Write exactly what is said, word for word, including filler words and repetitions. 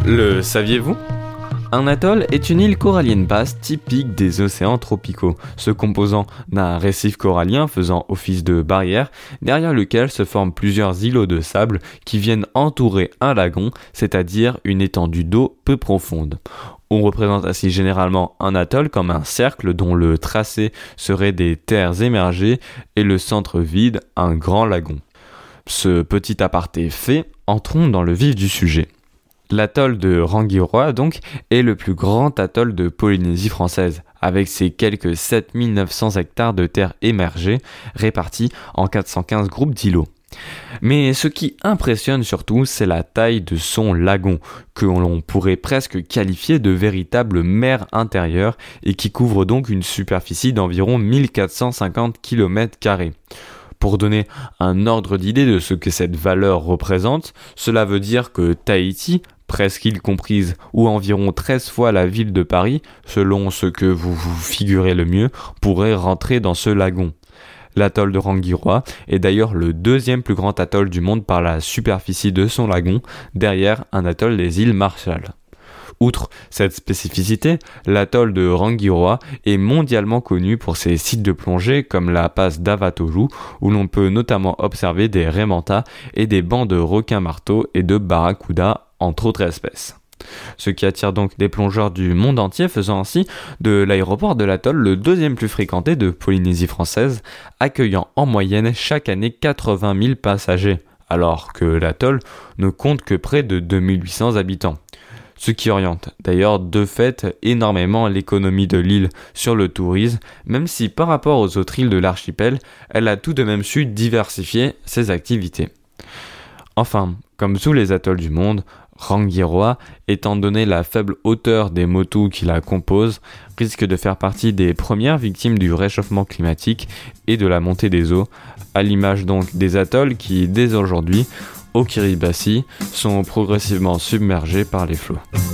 Le saviez-vous ? Un atoll est une île corallienne basse typique des océans tropicaux, se composant d'un récif corallien faisant office de barrière, derrière lequel se forment plusieurs îlots de sable qui viennent entourer un lagon, c'est-à-dire une étendue d'eau peu profonde. On représente ainsi généralement un atoll comme un cercle dont le tracé serait des terres émergées et le centre vide, un grand lagon. Ce petit aparté fait, entrons dans le vif du sujet. L'atoll de Rangiroa, donc, est le plus grand atoll de Polynésie française, avec ses quelques sept mille neuf cents hectares de terres émergées, répartis en quatre cent quinze groupes d'îlots. Mais ce qui impressionne surtout, c'est la taille de son lagon, que l'on pourrait presque qualifier de véritable mer intérieure et qui couvre donc une superficie d'environ mille quatre cent cinquante kilomètres carrés. Pour donner un ordre d'idée de ce que cette valeur représente, cela veut dire que Tahiti, presque île comprise, ou environ treize fois la ville de Paris, selon ce que vous vous figurez le mieux, pourrait rentrer dans ce lagon. L'atoll de Rangiroa est d'ailleurs le deuxième plus grand atoll du monde par la superficie de son lagon, derrière un atoll des îles Marshall. Outre cette spécificité, l'atoll de Rangiroa est mondialement connu pour ses sites de plongée comme la passe d'Avatoru, où l'on peut notamment observer des raies mantas et des bancs de requins-marteaux et de barracudas, entre autres espèces. Ce qui attire donc des plongeurs du monde entier, faisant ainsi de l'aéroport de l'atoll le deuxième plus fréquenté de Polynésie française, accueillant en moyenne chaque année quatre-vingt mille passagers, alors que l'atoll ne compte que près de deux mille huit cents habitants. Ce qui oriente d'ailleurs de fait énormément l'économie de l'île sur le tourisme, même si par rapport aux autres îles de l'archipel, elle a tout de même su diversifier ses activités. Enfin, comme tous les atolls du monde, Rangiroa, étant donné la faible hauteur des motus qui la composent, risque de faire partie des premières victimes du réchauffement climatique et de la montée des eaux, à l'image donc des atolls qui, dès aujourd'hui, au Kiribati, sont progressivement submergés par les flots.